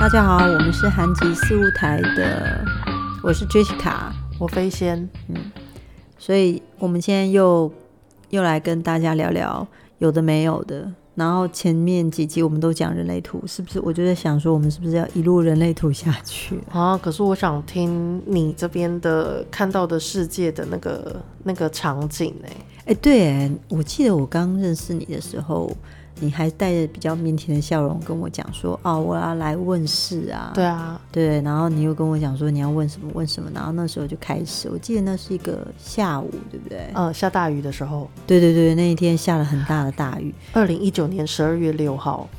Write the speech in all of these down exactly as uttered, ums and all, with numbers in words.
大家好，我们是韩籍事务台的，我是 Jessica， 我飞仙， 嗯，所以我们现在又又来跟大家聊聊有的没有的。然后前面几集我们都讲人类图，是不是？我就在想说，我们是不是要一路人类图下去啊？可是我想听你这边的看到的世界的那个那个场景哎、欸， 哎、欸，对哎，我记得我刚认识你的时候，你还带着比较腼腆的笑容跟我讲说，哦，我要来问事啊。 对啊， 对，然后你又跟我讲说你要问什么问什么，然后那时候就开始，我记得那是一个下午，对不对？ 嗯，下大雨的时候。 对对对，那一天下了很大的大雨。 二零一九年十二月六号。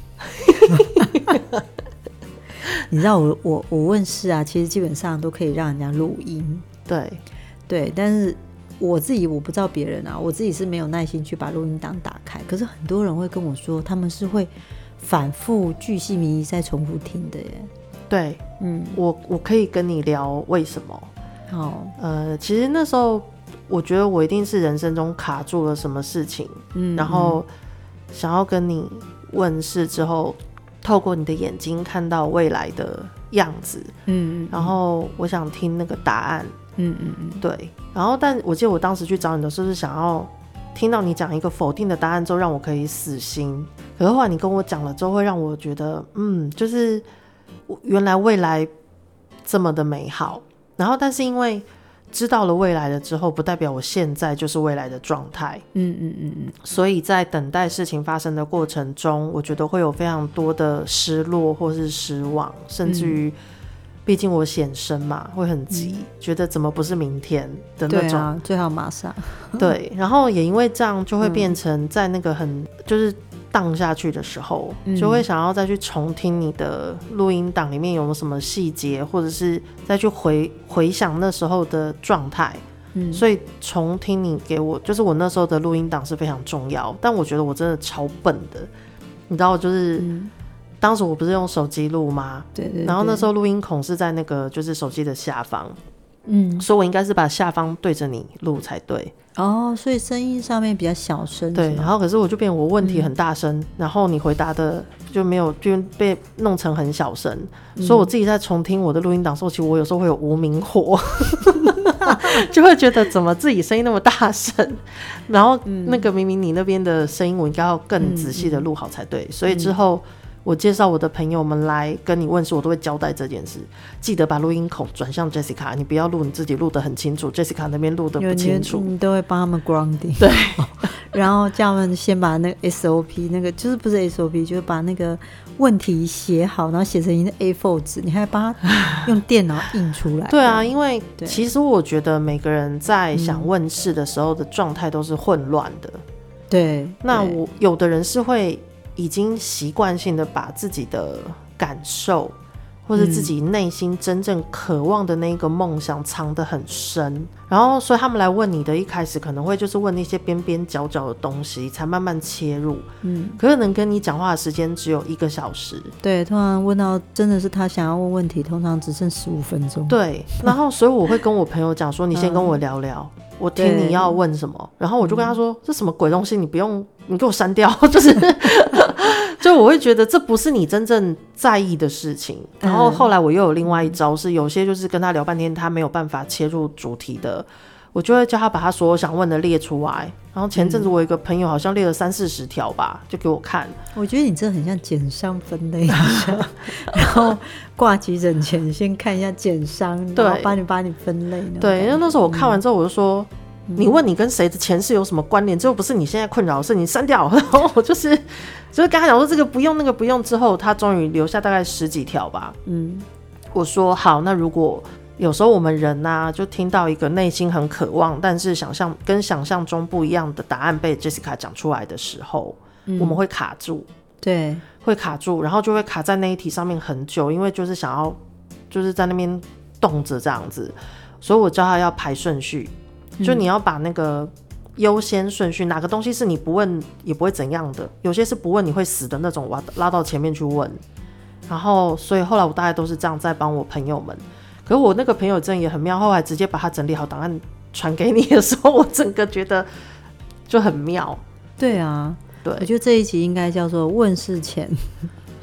你知道我我我问事啊，其实基本上都可以让人家录音。 对对，但是我自己我不知道别人啊，我自己是没有耐心去把录音档打开。可是很多人会跟我说，他们是会反复巨细靡遗再重复听的耶。 对，嗯，我我可以跟你聊为什么。 好， 呃，其实那时候我觉得我一定是人生中卡住了什么事情，嗯，然后想要跟你问世之后，透过你的眼睛看到未来的样子，嗯，然后我想听那个答案。嗯嗯嗯，对。然后，但我记得我当时去找你的时候，是想要听到你讲一个否定的答案之后，让我可以死心。可是后来你跟我讲了之后，会让我觉得，嗯，就是原来未来这么的美好。然后，但是因为知道了未来了之后，不代表我现在就是未来的状态。嗯嗯嗯嗯。所以在等待事情发生的过程中，我觉得会有非常多的失落或是失望，甚至于。嗯，毕竟我显生嘛，会很急、嗯，觉得怎么不是明天的那种， 对啊，最好马上。 对，然后也因为这样，就会变成在那个很、嗯、就是荡下去的时候、嗯，就会想要再去重听你的录音档里面有什么细节，或者是再去回回想那时候的状态。嗯，所以重听你给我，就是我那时候的录音档是非常重要，但我觉得我真的超笨的，你知道，就是。嗯，当时我不是用手机录吗？ 对对对。 然后那时候录音孔是在那个就是手机的下方，嗯，所以我应该是把下方对着你录才对。 哦，所以声音上面比较小声。 对，然后可是我就变我问题很大声、嗯，然后你回答的就没有就被弄成很小声、嗯，所以我自己在重听我的录音档的时候，其实我有时候会有无名火，就会觉得怎么自己声音那么大声，然后那个明明你那边的声音我应该要更仔细的录好才对，嗯、所以之后。我介绍我的朋友们来跟你问事，我都会交代这件事，记得把录音孔转向 Jessica， 你不要录你自己录得很清楚 Jessica 那边录得不清楚， 你都会帮他们 grounding， 对然后叫他们先把那个 S O P 那个就是不是 S O P 就是把那个问题写好，然后写成一个 A 四 纸，你还帮他用电脑印出来。 对啊，因为其实我觉得每个人在想问事的时候的状态都是混乱的， 对， 那我有的人是会已经习惯性的把自己的感受或者自己内心真正渴望的那个梦想藏得很深，然后所以他们来问你的一开始可能会就是问那些边边角角的东西才慢慢切入，嗯，可是能跟你讲话的时间只有一个小时， 对，通常问到真的是他想要问问题通常只剩十五分钟， 对，然后所以我会跟我朋友讲说你先跟我聊聊、嗯，我听你要问什么，然后我就跟他说、嗯、这什么鬼东西你不用你给我删掉，就是就我会觉得这不是你真正在意的事情，然后后来我又有另外一招是有些就是跟他聊半天他没有办法切入主题的，我就会叫他把他所有想问的列出来，然后前阵子我有一个朋友好像列了三四十条吧，就给我看， 我觉得你这很像检伤分类一下然后挂急诊前先看一下检伤，然后帮你把你分类， 对，因为那时候我看完之后我就说、嗯、你问你跟谁的前世有什么关联，这又不是你现在困扰的事，你删掉，然后我就是就是跟他讲说这个不用那个不用，之后他终于留下大概十几条吧，嗯，我说好，那如果有时候我们人啊就听到一个内心很渴望但是想象跟想象中不一样的答案被 Jessica 讲出来的时候、嗯、我们会卡住，对，会卡住，然后就会卡在那一题上面很久，因为就是想要就是在那边动着这样子，所以我教他要排顺序，就你要把那个优先顺序，哪个东西是你不问也不会怎样的，有些是不问你会死的那种，我要拉到前面去问，然后所以后来我大概都是这样在帮我朋友们，可是我那个朋友真的也很妙，后来直接把他整理好档案传给你的时候，我整个觉得就很妙。 对啊，对，我觉得这一集应该叫做问事前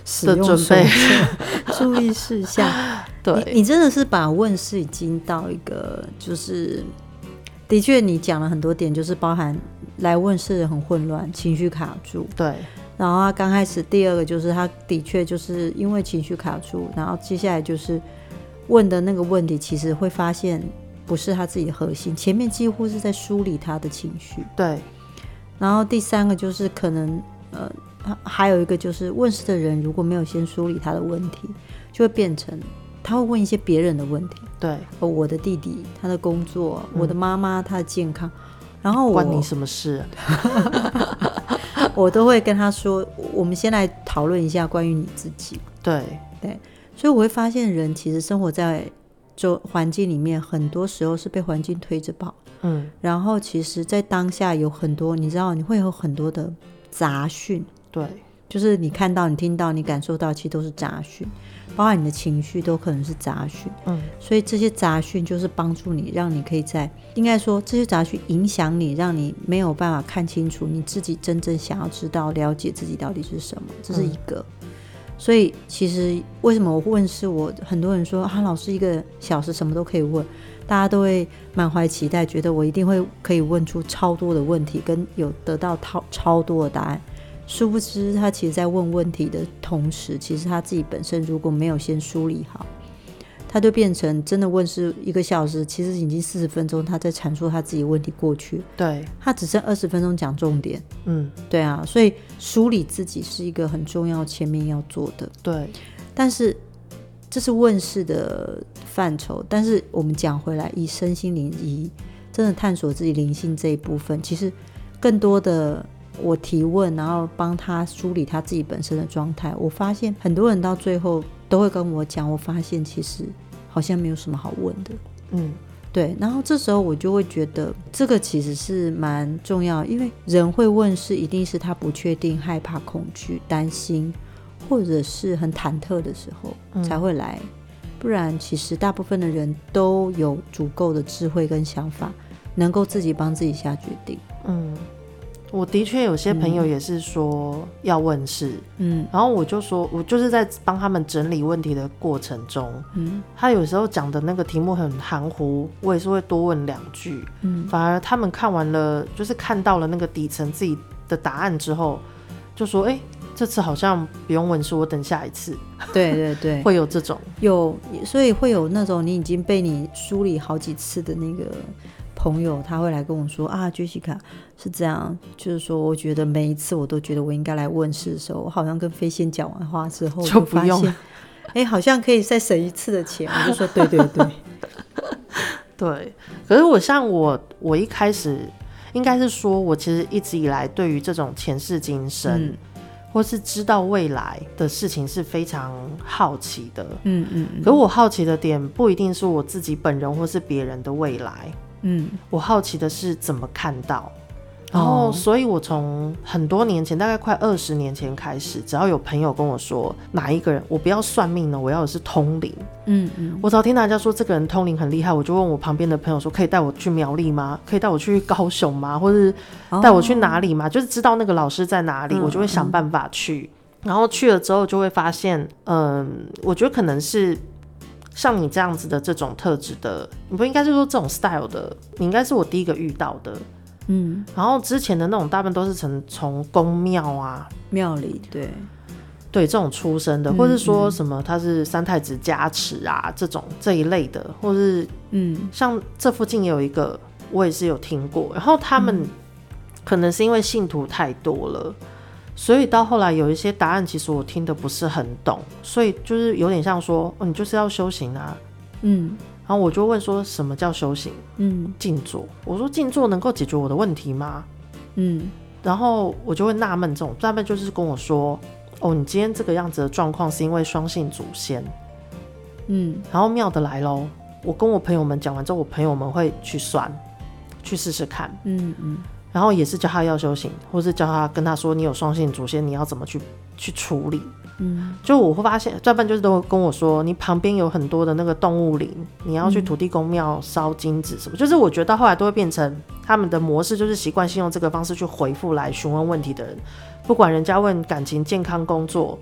使用手册注意事项。 对， 你，你真的是把问世已经到一个，就是的确你讲了很多点，就是包含来问世人很混乱，情绪卡住。 对， 然后他刚开始第二个就是他的确就是因为情绪卡住，然后接下来就是问的那个问题，其实会发现不是他自己的核心，前面几乎是在梳理他的情绪。 对， 然后第三个就是可能呃，还有一个就是问世的人如果没有先梳理他的问题，就会变成他会问一些别人的问题。 对， 哦，我的弟弟他的工作，嗯、我的妈妈他的健康，然后我关你什么事、 啊？我都会跟他说，我们先来讨论一下关于你自己。 对对，所以我会发现人其实生活在周环境里面，很多时候是被环境推着跑。 嗯， 然后其实在当下有很多，你知道你会有很多的杂讯。 对， 就是你看到你听到你感受到其实都是杂讯，包含你的情绪都可能是杂讯。 嗯， 所以这些杂讯就是帮助你，让你可以在应该说这些杂讯影响你，让你没有办法看清楚你自己真正想要知道了解自己到底是什么，这是一个、嗯、所以其实为什么我问是我很多人说啊，老师一个小时什么都可以问，大家都会满怀期待，觉得我一定会可以问出超多的问题跟有得到超超多的答案，殊不知他其实在问问题的同时，其实他自己本身如果没有先梳理好，他就变成真的问是一个小时，其实已经四十分钟他在阐述他自己问题过去， 对， 他只剩二十分钟讲重点。 嗯， 对啊，所以梳理自己是一个很重要前面要做的。 对， 但是这是问世的范畴，但是我们讲回来，以身心灵以真的探索自己灵性这一部分，其实更多的我提问，然后帮他梳理他自己本身的状态，我发现很多人到最后都会跟我讲，我发现其实好像没有什么好问的。 嗯， 对，然后这时候我就会觉得这个其实是蛮重要，因为人会问世一定是他不确定、害怕、恐惧、担心或者是很忐忑的时候才会来、嗯、不然其实大部分的人都有足够的智慧跟想法，能够自己帮自己下决定。 嗯，我的确有些朋友也是说要问世，嗯，然后我就说我就是在帮他们整理问题的过程中，嗯，他有时候讲的那个题目很含糊，我也是会多问两句，嗯，反而他们看完了就是看到了那个底层自己的答案之后就说哎、欸，这次好像不用问世，我等下一次。 对对对， 会有这种有，所以会有那种你已经被你梳理好几次的那个朋友，他会来跟我说啊 Jessica 是这样，就是说我觉得每一次我都觉得我应该来问世的时候，我好像跟飞仙讲完话之后就不用了， 哎、欸，好像可以再省一次的钱。我就说对对对对。可是我像我我一开始应该是说我其实一直以来对于这种前世今生、嗯、或是知道未来的事情是非常好奇的。嗯嗯嗯。可是我好奇的点不一定是我自己本人或是别人的未来，嗯，我好奇的是怎么看到。然后所以我从很多年前大概快二十年前开始，只要有朋友跟我说哪一个人，我不要算命呢，我要的是通灵，嗯嗯，我只要听大家说这个人通灵很厉害，我就问我旁边的朋友说可以带我去苗栗吗？可以带我去高雄吗？或是带我去哪里吗？就是知道那个老师在哪里、嗯、我就会想办法去。然后去了之后就会发现嗯，我觉得可能是像你这样子的这种特质的，你不应该是说这种 style 的，你应该是我第一个遇到的。嗯，然后之前的那种大部分都是从从宫庙啊庙里，对对，这种出身的，或是说什么他是三太子加持啊这种这一类的，或是嗯，像这附近也有一个我也是有听过，然后他们可能是因为信徒太多了，所以到后来有一些答案其实我听得不是很懂，所以就是有点像说、哦、你就是要修行啊，嗯，然后我就问说什么叫修行？嗯，静坐。我说静坐能够解决我的问题吗？嗯，然后我就会纳闷，这种纳闷就是跟我说，哦，你今天这个样子的状况是因为双性祖先。嗯，然后妙的来咯，我跟我朋友们讲完之后，我朋友们会去算，去试试看。嗯嗯，然后也是教他要修行，或是教他跟他说你有双性祖先，你要怎么去去处理。嗯，就我会发现专班就是都跟我说你旁边有很多的那个动物灵，你要去土地公庙烧金纸什么、嗯、就是我觉得到后来都会变成他们的模式，就是习惯性用这个方式去回复来询问问题的人，不管人家问感情健康工作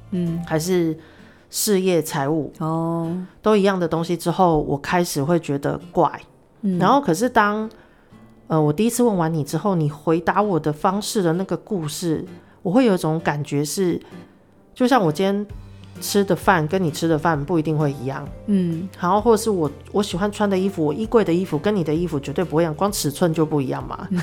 嗯，还是事业财务哦，都一样的东西之后，我开始会觉得怪。嗯，然后可是当呃我第一次问完你之后，你回答我的方式的那个故事，我会有一种感觉是，就像我今天吃的饭跟你吃的饭不一定会一样，嗯，然后或者是我我喜欢穿的衣服，我衣柜的衣服跟你的衣服绝对不会一样，光尺寸就不一样嘛。嗯、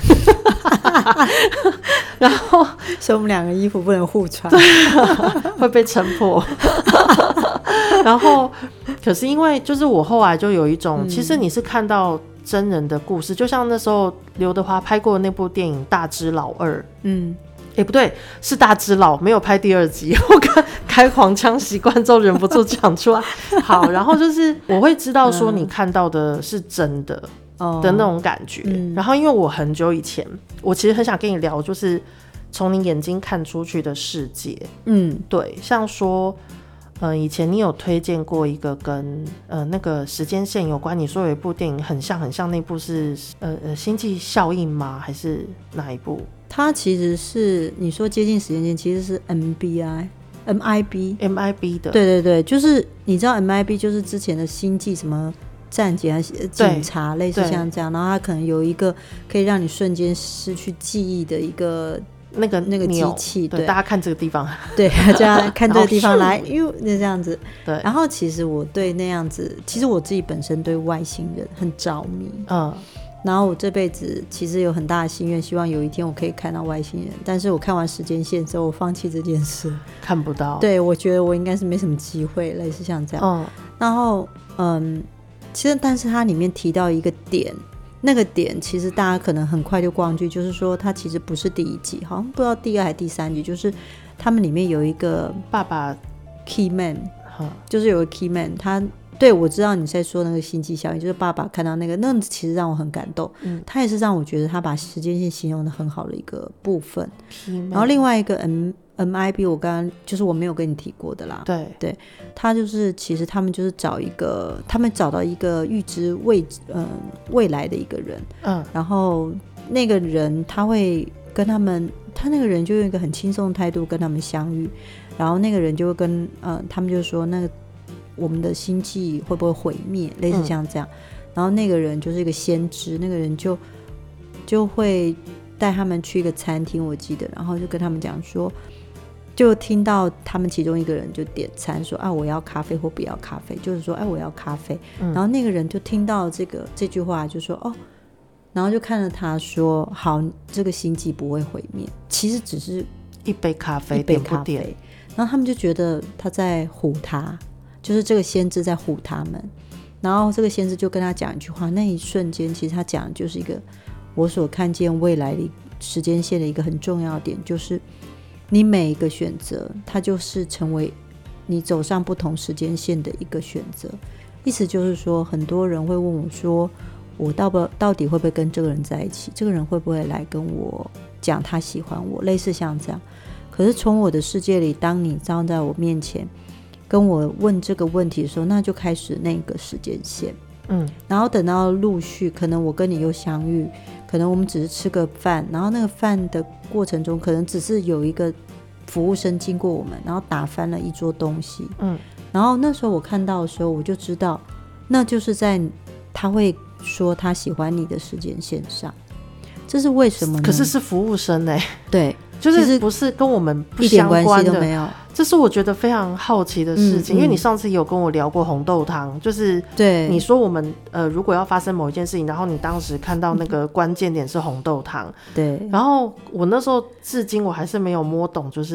然后所以我们两个衣服不能互穿， 会被撑破。然后可是因为就是我后来就有一种，嗯、其实你是看到真人的故事，就像那时候刘德华拍过的那部电影《大只老二》，嗯。哎、欸，不对，是大只佬，没有拍第二集。我刚开黄腔习惯之后忍不住讲出来。好，然后就是我会知道说你看到的是真的、嗯、的那种感觉、嗯。然后因为我很久以前，我其实很想跟你聊，就是从你眼睛看出去的世界。嗯，对，像说，呃，以前你有推荐过一个跟呃那个时间线有关，你说有一部电影很像很像，那部是呃呃星际效应吗？还是哪一部？ 它其实是你说接近时间线，其实是 M B I M I B M I B 的， 对对对，就是你知道 M I B 就是之前的星际什么战警还是警察，类似像这样，然后它可能有一个可以让你瞬间失去记忆的一个那个那个机器， 对，大家看这个地方， 对，大家看这个地方来，因为那这样子，对。然后其实我对那样子，其实我自己本身对外星人很着迷，嗯。然后我这辈子其实有很大的心愿，希望有一天我可以看到外星人，但是我看完时间线之后，我放弃这件事， 看不到。 对，我觉得我应该是没什么机会，类似像这样。嗯，然后嗯，其实但是它里面提到一个点，那个点其实大家可能很快就忘记，就是说它其实不是第一集，好像不知道第二还是第三集，就是他们里面有一个爸爸 key man，、嗯、就是有个 key man， 他。对，我知道你在说那个星际效应，就是爸爸看到那个，那其实让我很感动。嗯，他也是让我觉得他把时间线形容的很好的一个部分。然后另外一个 M M I B， 我刚刚就是我没有跟你提过的啦。 对对，他就是其实他们就是找一个，他们找到一个预知未嗯、呃、未来的一个人。嗯，然后那个人他会跟他们，他那个人就用一个很轻松的态度跟他们相遇，然后那个人就会跟呃他们就说那个。我们的星际会不会毁灭，类似像这样、嗯、然后那个人就是一个先知，那个人就就会带他们去一个餐厅，我记得，然后就跟他们讲说，就听到他们其中一个人就点餐说啊我要咖啡或不要咖啡，就是说哎我要咖啡、嗯、然后那个人就听到这个这句话就说哦，然后就看着他说好，这个星际不会毁灭，其实只是一杯咖啡， 一杯咖啡点不点，然后他们就觉得他在唬他，就是这个先知在唬他们，然后这个先知就跟他讲一句话，那一瞬间其实他讲的就是一个我所看见未来的时间线的一个很重要的点，就是你每一个选择它就是成为你走上不同时间线的一个选择。意思就是说很多人会问我说我到不到底会不会跟这个人在一起，这个人会不会来跟我讲他喜欢我，类似像这样。可是从我的世界里，当你站在我面前跟我问这个问题的时候，那就开始那个时间线。嗯，然后等到陆续可能我跟你又相遇，可能我们只是吃个饭，然后那个饭的过程中可能只是有一个服务生经过我们，然后打翻了一桌东西。嗯，然后那时候我看到的时候我就知道那就是在他会说他喜欢你的时间线上。这是为什么呢？ 可是是服务生欸。 对， 就是不是跟我们不相关的， 一点关系都没有。 这是我觉得非常好奇的事情、嗯嗯、因为你上次有跟我聊过红豆汤，就是对你说我们呃如果要发生某一件事情，然后你当时看到那个关键点是红豆汤，对，然后我那时候至今我还是没有摸懂，就是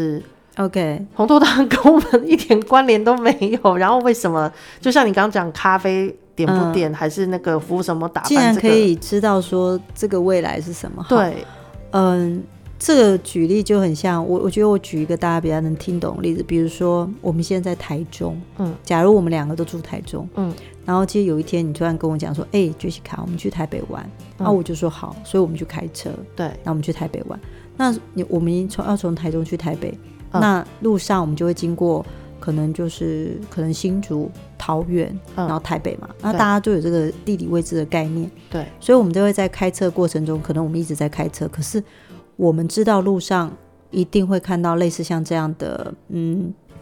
OK 红豆汤跟我们一点关联都没有，然后为什么就像你刚刚讲咖啡点不点、嗯、还是那个服务什么打扮、这个、 既然可以知道说这个未来是什么， 对， 嗯，这个举例就很像我我觉得我举一个大家比较能听懂的例子，比如说我们现在在台中，嗯，假如我们两个都住台中，嗯，然后其实有一天你突然跟我讲说，哎、欸、Jessica 我们去台北玩、嗯、然后我就说好，所以我们就开车，对，那我们去台北玩，那你我们从要从台中去台北、嗯、那路上我们就会经过可能就是可能新竹桃园、嗯、然后台北嘛，那大家就有这个地理位置的概念，对，所以我们都会在开车过程中，可能我们一直在开车，可是我们知道路上一定会看到类似像这样的嗯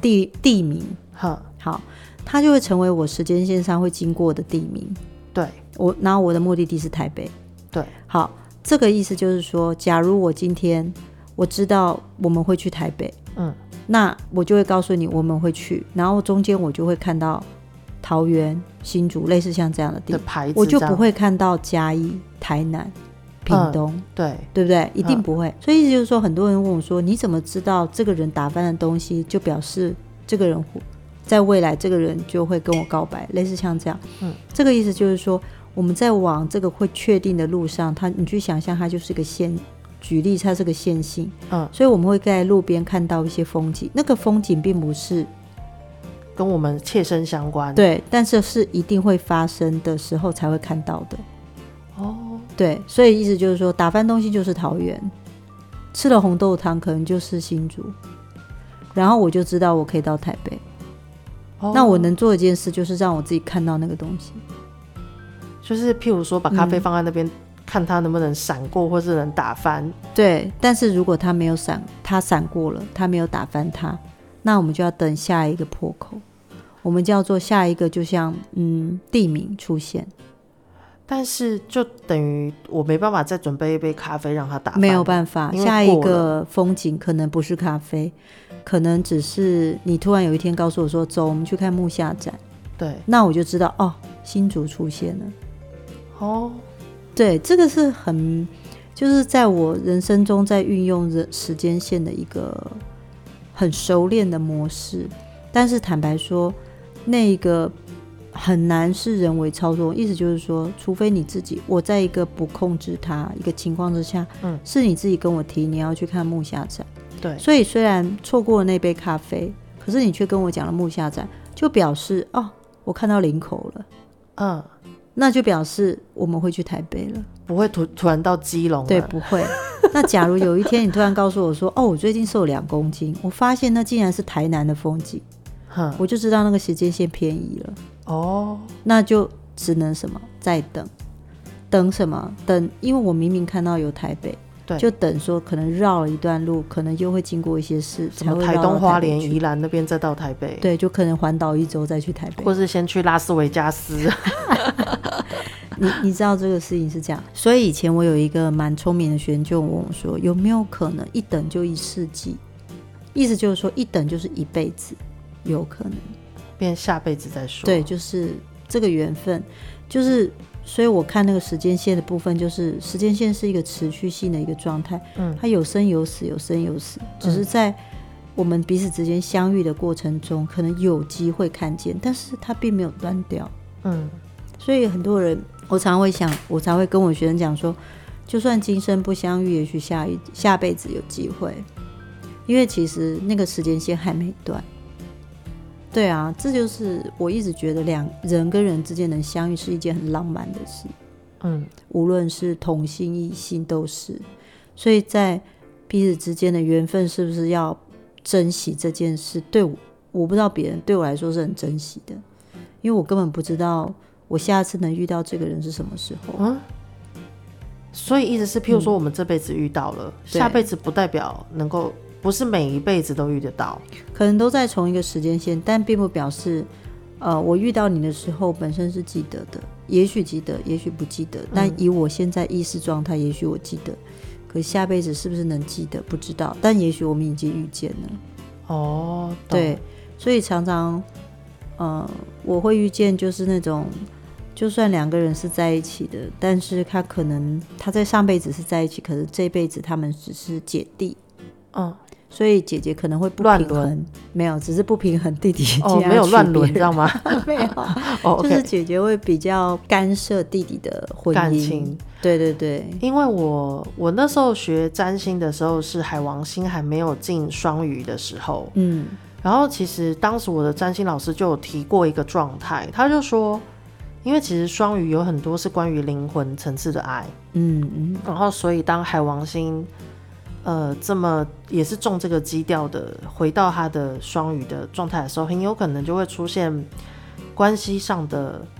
地地名， 哼， 好，它就会成为我时间线上会经过的地名。 对， 我然后我的目的地是台北。 对， 好，这个意思就是说，假如我今天我知道我们会去台北， 嗯， 那我就会告诉你我们会去，然后中间我就会看到桃园、新竹，类似像这样的地的牌子， 我就不会看到嘉义、台南、屏东， 嗯、对， 对不对？一定不会。嗯、所以意思就是说，很多人问我说，你怎么知道这个人打翻的东西，就表示这个人在未来这个人就会跟我告白，类似像这样。嗯，这个意思就是说，我们在往这个会确定的路上，它你去想象它就是个线。举例，它是个线性，嗯，所以我们会在路边看到一些风景，那个风景并不是跟我们切身相关， 对，但是是一定会发生的时候才会看到的。哦，对，所以意思就是说，打翻东西就是桃园，吃了红豆汤可能就是新竹，然后我就知道我可以到台北。哦，那我能做一件事，就是让我自己看到那个东西， 就是譬如说把咖啡放在那边。嗯，看他能不能闪过或是能打翻。 对，但是如果他没有闪，他闪过了，他没有打翻它，那我们就要等下一个破口，我们叫做下一个，就像嗯地名出现。 但是就等于我没办法再准备一杯咖啡让他打翻， 没有办法。下一个风景可能不是咖啡，可能只是你突然有一天告诉我说，走，我们去看木下展。 对， 那我就知道哦，新竹出现了。 哦。 对，这个是很就是在我人生中在运用时间线的一个很熟练的模式，但是坦白说那个很难是人为操作，意思就是说除非你自己我在一个不控制它一个情况之下，嗯，是你自己跟我提你要去看木下展， 对， 所以虽然错过了那杯咖啡，可是你却跟我讲了木下展，就表示哦我看到林口了，嗯，那就表示我们会去台北了， 不会 突, 突然到基隆了， 对，不会。那假如有一天你突然告诉我说哦我最近瘦两公斤，我发现那竟然是台南的风景，我就知道那个时间线偏移了。哦，那就只能什么再等等什么等，因为我明明看到有台北，对，就等说可能绕了一段路，可能又会经过一些事， 什么台东花莲宜兰那边再到台北， 对，就可能环岛一周再去台北， 或是先去拉斯维加斯你, 你知道这个事情是这样，所以以前我有一个蛮聪明的学生就问我说有没有可能一等就一世纪，意思就是说一等就是一辈子，有可能变下辈子再说， 对，就是这个缘分，就是所以我看那个时间线的部分，就是时间线是一个持续性的一个状态，嗯，它有生有死有生有死，只是在我们彼此之间相遇的过程中可能有机会看见，但是它并没有断掉，嗯，所以很多人我常会想我才会跟我学生讲说，就算今生不相遇，也许下一下辈子有机会，因为其实那个时间线还没断。对啊，这就是我一直觉得两人跟人之间能相遇是一件很浪漫的事，嗯，无论是同性异性都是，所以在彼此之间的缘分是不是要珍惜这件事，对我我不知道别人，对我来说是很珍惜的，因为我根本不知道我下次能遇到这个人是什么时候，嗯， 所以意思是譬如说我们这辈子遇到了，嗯，下辈子不代表能够不是每一辈子都遇得到， 可能都在同一个时间线，但并不表示呃，我遇到你的时候本身是记得的，也许记得也许不记得，但以我现在意识状态也许我记得，可下辈子是不是能记得不知道，但也许我们已经遇见了。哦，对，所以常常呃，我会遇见就是那种就算两个人是在一起的，但是他可能他在上辈子是在一起，可是这辈子他们只是姐弟，嗯，所以姐姐可能会不平衡，没有，只是不平衡弟弟， 哦，没有乱伦，知道吗？ 没有，哦，就是姐姐会比较干涉弟弟的婚姻感情，对对对。 因为我我那时候学占星的时候是海王星还没有进双鱼的时候，嗯，然后其实当时我的占星老师就有提过一个状态，他就说，因为其实双鱼有很多是关于灵魂层次的爱，嗯嗯，然后所以当海王星呃，这么也是中这个基调的回到他的双鱼的状态的时候，很有可能就会出现关系上的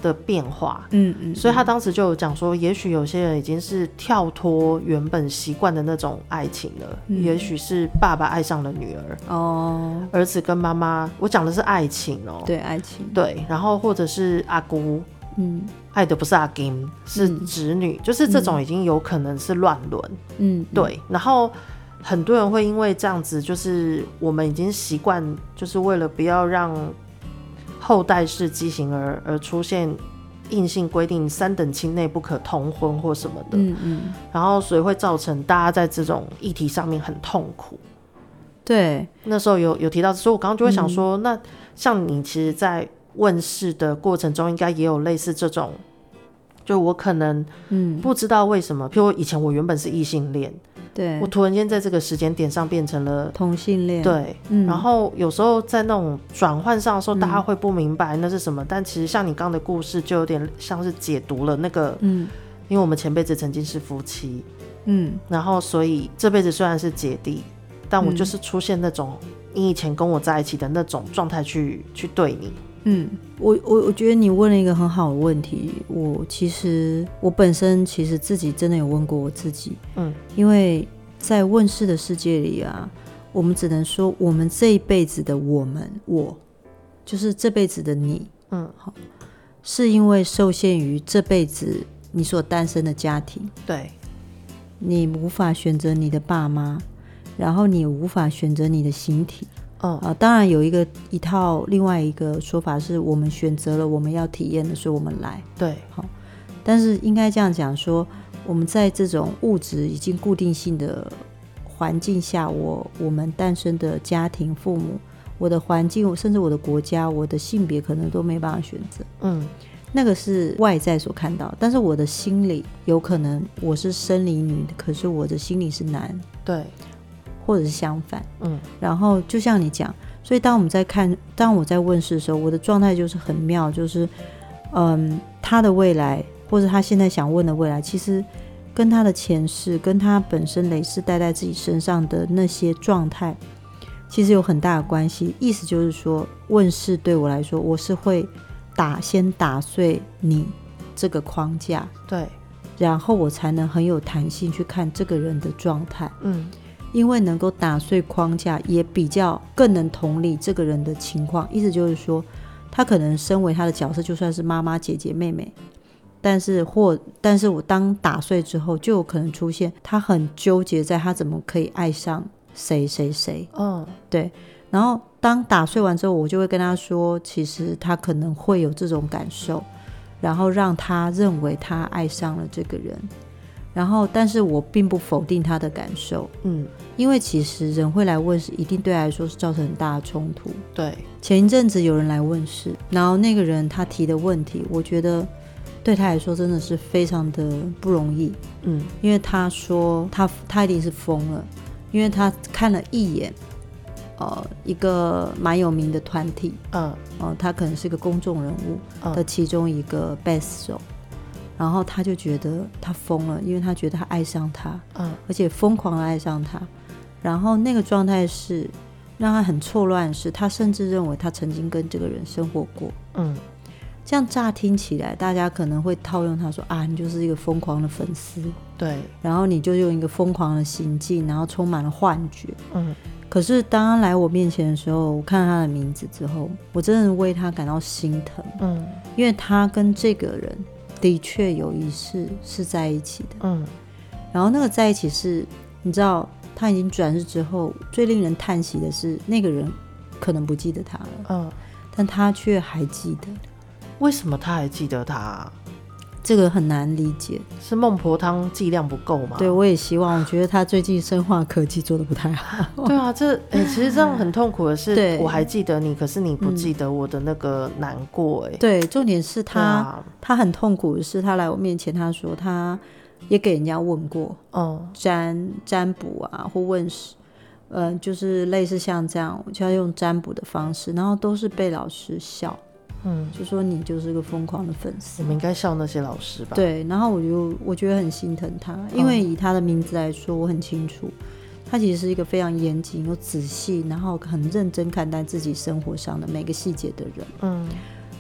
的变化。 嗯嗯， 所以他当时就有讲说，也许有些人已经是跳脱原本习惯的那种爱情了，嗯、也许是爸爸爱上了女儿，哦，儿子跟妈妈，我讲的是爱情哦， 对，爱情， 对，然后或者是阿姑，嗯，爱的不是阿金，是侄女，嗯、就是这种已经有可能是乱伦，嗯，对，然后很多人会因为这样子，就是我们已经习惯，就是为了不要让后代是畸形儿而出现硬性规定三等亲内不可通婚或什么的，嗯嗯，然后所以会造成大家在这种议题上面很痛苦。 对， 那时候有有提到，所以我刚刚就会想说，嗯、那像你其实在问世的过程中应该也有类似这种，就我可能不知道为什么，嗯、譬如以前我原本是异性恋， 对， 我突然间在这个时间点上变成了同性恋， 对，嗯、然后有时候在那种转换上的时候，大家会不明白那是什么，嗯、但其实像你刚刚的故事就有点像是解读了那个，嗯，因为我们前辈子曾经是夫妻，嗯，然后所以这辈子虽然是姐弟，但我就是出现那种你以前跟我在一起的那种状态去去对你。 嗯，我我我觉得你问了一个很好的问题。我其实我本身其实自己真的有问过我自己，嗯，因为在问世的世界里啊，我们只能说我们这一辈子的我们，我就是这辈子的你，嗯，好，是因为受限于这辈子你所诞生的家庭， 对， 你无法选择你的爸妈，然后你无法选择你的形体。哦啊、当然有一个一套另外一个说法是我们选择了我们要体验的，所以我们来， 对， 好，但是应该这样讲说，我们在这种物质已经固定性的环境下，我我们诞生的家庭、父母、我的环境，甚至我的国家、我的性别，可能都没办法选择。嗯，那个是外在所看到，但是我的心里有可能我是生理女，可是我的心里是男， 对。 或者是相反，嗯，然后就像你讲，所以当我们在看，当我在问世的时候，我的状态就是很妙，就是，嗯，他的未来，或者他现在想问的未来，其实跟他的前世，跟他本身累世带在自己身上的那些状态，其实有很大的关系。意思就是说，问世对我来说，我是会打先打碎你这个框架， 对， 然后我才能很有弹性去看这个人的状态，嗯。因为能够打碎框架，也比较更能同理这个人的情况。意思就是说，他可能身为他的角色，就算是妈妈、姐姐、妹妹，但是或但是我当打碎之后，就有可能出现他很纠结在他怎么可以爱上谁谁谁。嗯，对。然后当打碎完之后，我就会跟他说，其实他可能会有这种感受，然后让他认为他爱上了这个人。然后但是我并不否定他的感受，嗯，因为其实人会来问世一定对他来说是造成很大的冲突。 对， 前一阵子有人来问世，然后那个人他提的问题，我觉得对他来说真的是非常的不容易，嗯，因为他说他他一定是疯了，因为他看了一眼呃，一个蛮有名的团体，嗯、呃，他可能是个公众人物的其中一个贝斯手，然后他就觉得他疯了，因为他觉得他爱上他，嗯，而且疯狂的爱上他。然后那个状态是让他很错乱，是他甚至认为他曾经跟这个人生活过，嗯，这样乍听起来，大家可能会套用他说啊，你就是一个疯狂的粉丝， 对， 然后你就用一个疯狂的行径，然后充满了幻觉，嗯。可是当他来我面前的时候，我看到他的名字之后，我真的为他感到心疼，嗯，因为他跟这个人的确有一世是在一起的，嗯，然后那个在一起是，你知道他已经转世之后，最令人叹息的是那个人可能不记得他了，嗯，但他却还记得。 为什么他还记得他？ 这个很难理解， 是孟婆汤剂量不够吗？ 对，我也希望，我觉得他最近生化科技做得不太好。 对啊，这、欸、其实这样很痛苦的是，我还记得你，可是你不记得我的那个难过、欸。 对，重点是他、啊，他很痛苦的是，他来我面前，他说他也给人家问过，哦，占占卜啊，或问事，呃，就是类似像这样，就要用占卜的方式，然后都是被老师笑。嗯，就说你就是个疯狂的粉丝， 我们应该笑那些老师吧？ 对，然后我就我觉得很心疼他，因为以他的名字来说，我很清楚，他其实是一个非常严谨又仔细，然后很认真看待自己生活上的每个细节的人。嗯，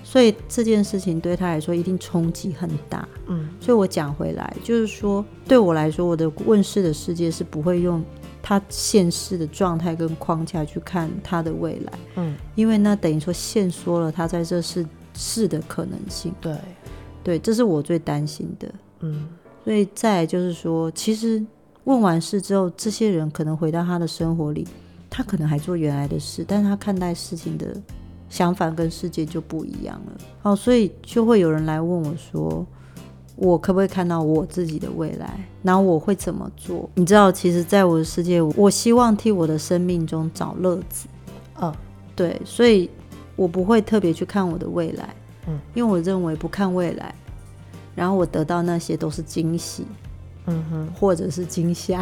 所以这件事情对他来说一定冲击很大。 嗯， 所以我讲回来就是说，对我来说，我的问世的世界是不会用他现世的状态跟框架去看他的未来。 嗯， 因为那等于说限缩了他在这世世的可能性。 对对，这是我最担心的。 嗯， 所以再来就是说，其实问完事之后，这些人可能回到他的生活里，他可能还做原来的事，但是他看待事情的想法跟世界就不一样了。好，所以就会有人来问我说，我可不可以看到我自己的未来，然后我会怎么做？你知道，其实在我的世界，我希望替我的生命中找乐子。 嗯， 对，所以我不会特别去看我的未来。 嗯， 因为我认为不看未来，然后我得到那些都是惊喜。 嗯哼， 或者是惊吓。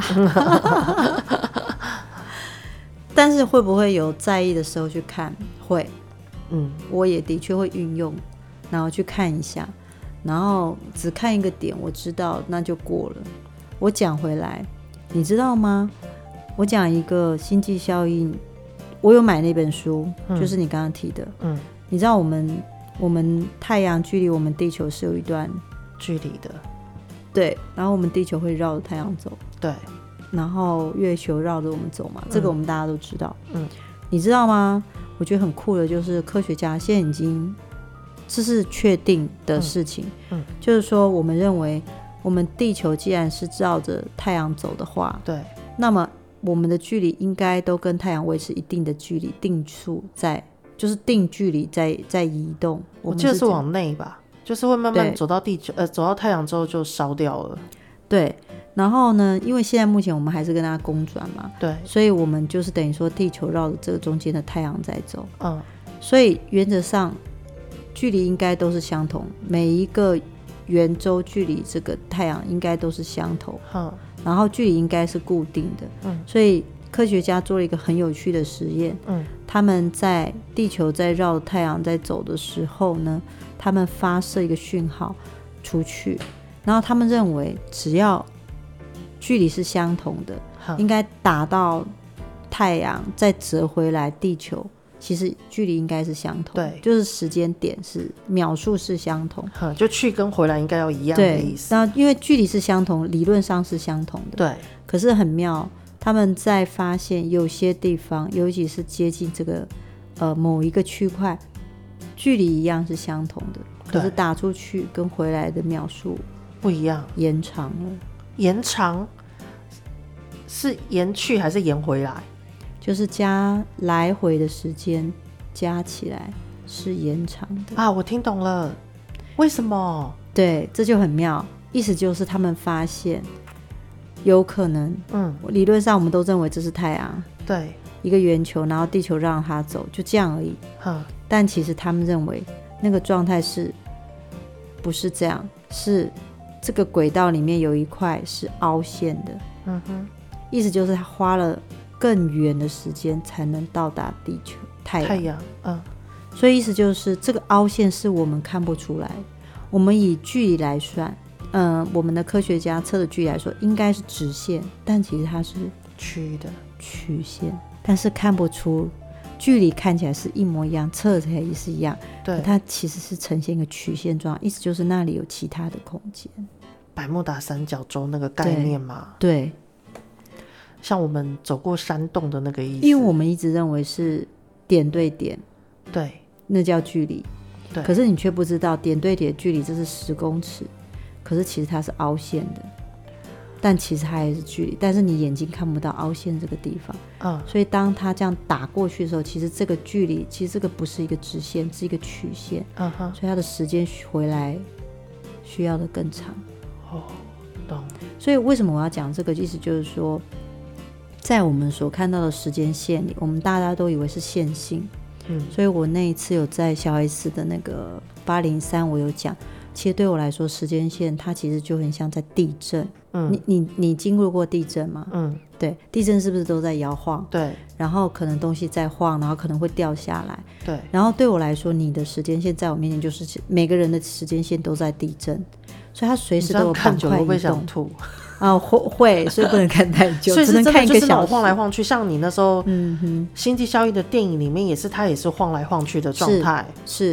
但是会不会有在意的时候去看？会。 嗯， 我也的确会运用，然后去看一下，然后只看一个点，我知道那就过了。我讲回来，你知道吗？我讲一个星际效应，我有买那本书，嗯、就是你刚刚提的。嗯，你知道我们我们太阳距离我们地球是有一段距离的。 对，然后我们地球会绕着太阳走， 对， 然后月球绕着我们走嘛，这个我们大家都知道。 嗯， 你知道吗？我觉得很酷的就是科学家现在已经，这是确定的事情。嗯，嗯就是说我们认为我们地球既然是绕着太阳走的话， 对， 那么我们的距离应该都跟太阳维持一定的距离，定数在，就是定距离在在移动。 我记得是往内吧。就是会慢慢走到地球，呃，走到太阳之后就烧掉了。 对，然后呢，因为现在目前我们还是跟它公转嘛， 对， 所以我们就是等于说地球绕着这个中间的太阳在走。 嗯， 所以原则上距离应该都是相同，每一个圆周距离这个太阳应该都是相同。嗯，然后距离应该是固定的。嗯，所以科学家做了一个很有趣的实验。嗯，他们在地球在绕太阳在走的时候呢，他们发射一个讯号出去，然后他们认为只要距离是相同的，应该打到太阳再折回来地球，其实距离应该是相同，对，就是时间点是秒数是相同， 就去跟回来应该要一样的意思。 对，那因为距离是相同，理论上是相同的，对。可是很妙，他们在发现有些地方，尤其是接近这个呃某一个区块，距离一样是相同的，可是打出去跟回来的秒数不一样， 延长了。 延长是延去还是延回来？ 就是加来回的时间加起来是延长的啊！我听懂了，为什么？ 对，这就很妙。意思就是他们发现有可能，嗯，理论上我们都认为这是太阳， 对， 一个圆球，然后地球让它走，就这样而已。嗯，但其实他们认为那个状态是不是这样？是这个轨道里面有一块是凹陷的。嗯哼，意思就是他花了更远的时间才能到达地球太阳。太阳，嗯，所以意思就是这个凹陷是我们看不出来。我们以距离来算，嗯，我们的科学家测的距离来说，应该是直线，但其实它是曲的曲线，但是看不出。距离看起来是一模一样，测起来也是一样，对，它其实是呈现一个曲线状，意思就是那里有其他的空间。 百慕达三角洲那个概念嘛， 对， 像我们走过山洞的那个意思。 因为我们一直认为是点对点， 对， 那叫距离， 对。 可是你却不知道点对点的距离这是十公尺，可是其实它是凹陷的。但其实它还是距离，但是你眼睛看不到凹陷这个地方，嗯，所以当它这样打过去的时候，其实这个距离，其实这个不是一个直线，是一个曲线，嗯哼，所以它的时间回来需要的更长。 哦，懂。 所以为什么我要讲这个？意思就是说，在我们所看到的时间线里，我们大家都以为是线性，嗯，所以我那一次有在小 S 的那个八零三，我有讲。其实对我来说，时间线它其实就很像在地震。嗯，你你你经历过地震吗？嗯，对，地震是不是都在摇晃？ 对， 然后可能东西在晃，然后可能会掉下来。 对， 然后对我来说，你的时间线在我面前就是每个人的时间线都在地震，所以它随时都有板块移动。 看久了会不会想吐？ 啊，会会，所以不能看太久， 所以是真的只能看一个小时， 晃来晃去。像你那时候，嗯哼，星际效应的电影里面也是，它也是晃来晃去的状态。 是。是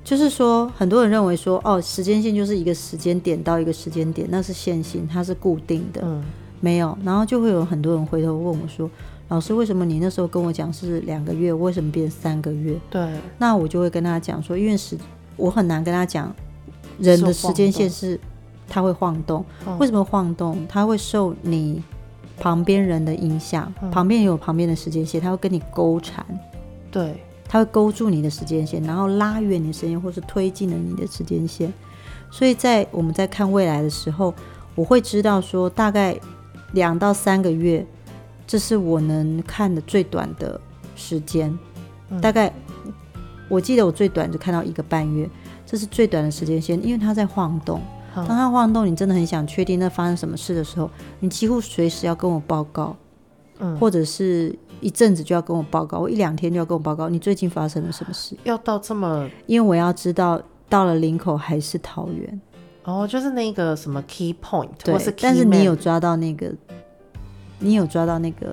就是说很多人认为说哦，时间线就是一个时间点到一个时间点，那是线性，它是固定的、嗯、没有。然后就会有很多人回头问我说，老师为什么你那时候跟我讲是两个月，为什么变三个月？ 对， 那我就会跟他讲说，因为时我很难跟他讲人的时间线是它会晃动、嗯、为什么晃动？它会受你旁边人的影响、嗯、旁边有旁边的时间线，它会跟你勾缠， 对， 它会勾住你的时间线，然后拉远你的时间线，或是推进了你的时间线。所以在我们在看未来的时候，我会知道说大概两到三个月，这是我能看的最短的时间、嗯、大概我记得我最短就看到一个半月，这是最短的时间线，因为它在晃动。当它晃动，你真的很想确定那发生什么事的时候，你几乎随时要跟我报告、嗯、或者是一阵子就要跟我报告，我一两天就要跟我报告你最近发生了什么事。 要到这么， 因为我要知道到了林口还是桃园。 哦，就是那个什么 key point 对， 或是 key man， 但是你有抓到那个你有抓到那个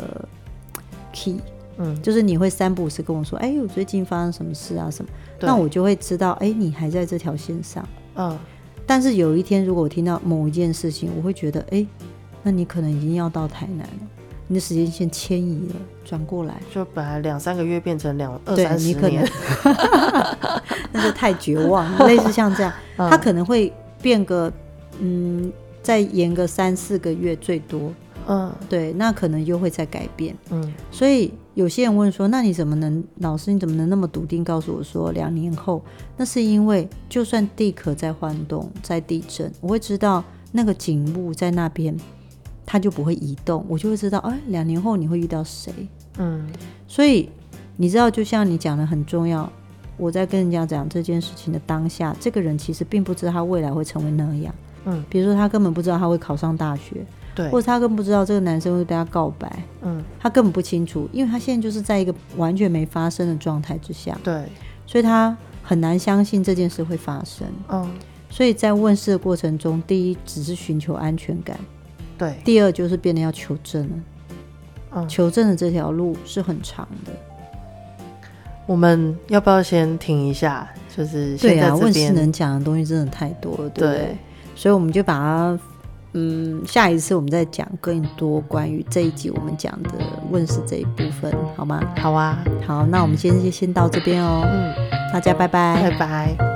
key，嗯，就是你会三不五时跟我说，哎，我最近发生什么事啊什么，那我就会知道，哎，你还在这条线上。嗯，但是有一天如果我听到某一件事情，我会觉得，哎，那你可能已经要到台南了，你的时间线迁移了，转过来， 就本来两三个月变成两二三十年， 那就太绝望了。类似像这样，嗯、它可能会变个，嗯，再延个三四个月最多。嗯，对，那可能又会再改变。嗯，所以有些人问说，那你怎么能，老师你怎么能那么笃定告诉我说两年后？那是因为就算地壳在晃动，在地震，我会知道那个景物在那边，它就不会移动，我就会知道，哎，两年后你会遇到谁？嗯，所以你知道，就像你讲的很重要，我在跟人家讲这件事情的当下，这个人其实并不知道他未来会成为那样。嗯，比如说他根本不知道他会考上大学。对，或者他根本不知道这个男生会对他告白，嗯，他根本不清楚，因为他现在就是在一个完全没发生的状态之下， 对， 所以他很难相信这件事会发生。嗯，所以在问世的过程中，第一只是寻求安全感， 对， 第二就是变得要求证了。嗯，求证的这条路是很长的。 我们要不要先停一下？就是现在这边，对啊， 问世能讲的东西真的太多了，对不对？对，所以我们就把它。嗯，下一次我们再讲更多关于这一集我们讲的问世这一部分，好吗？ 好啊， 好，那我们先先到这边哦。嗯，大家拜拜， 拜拜。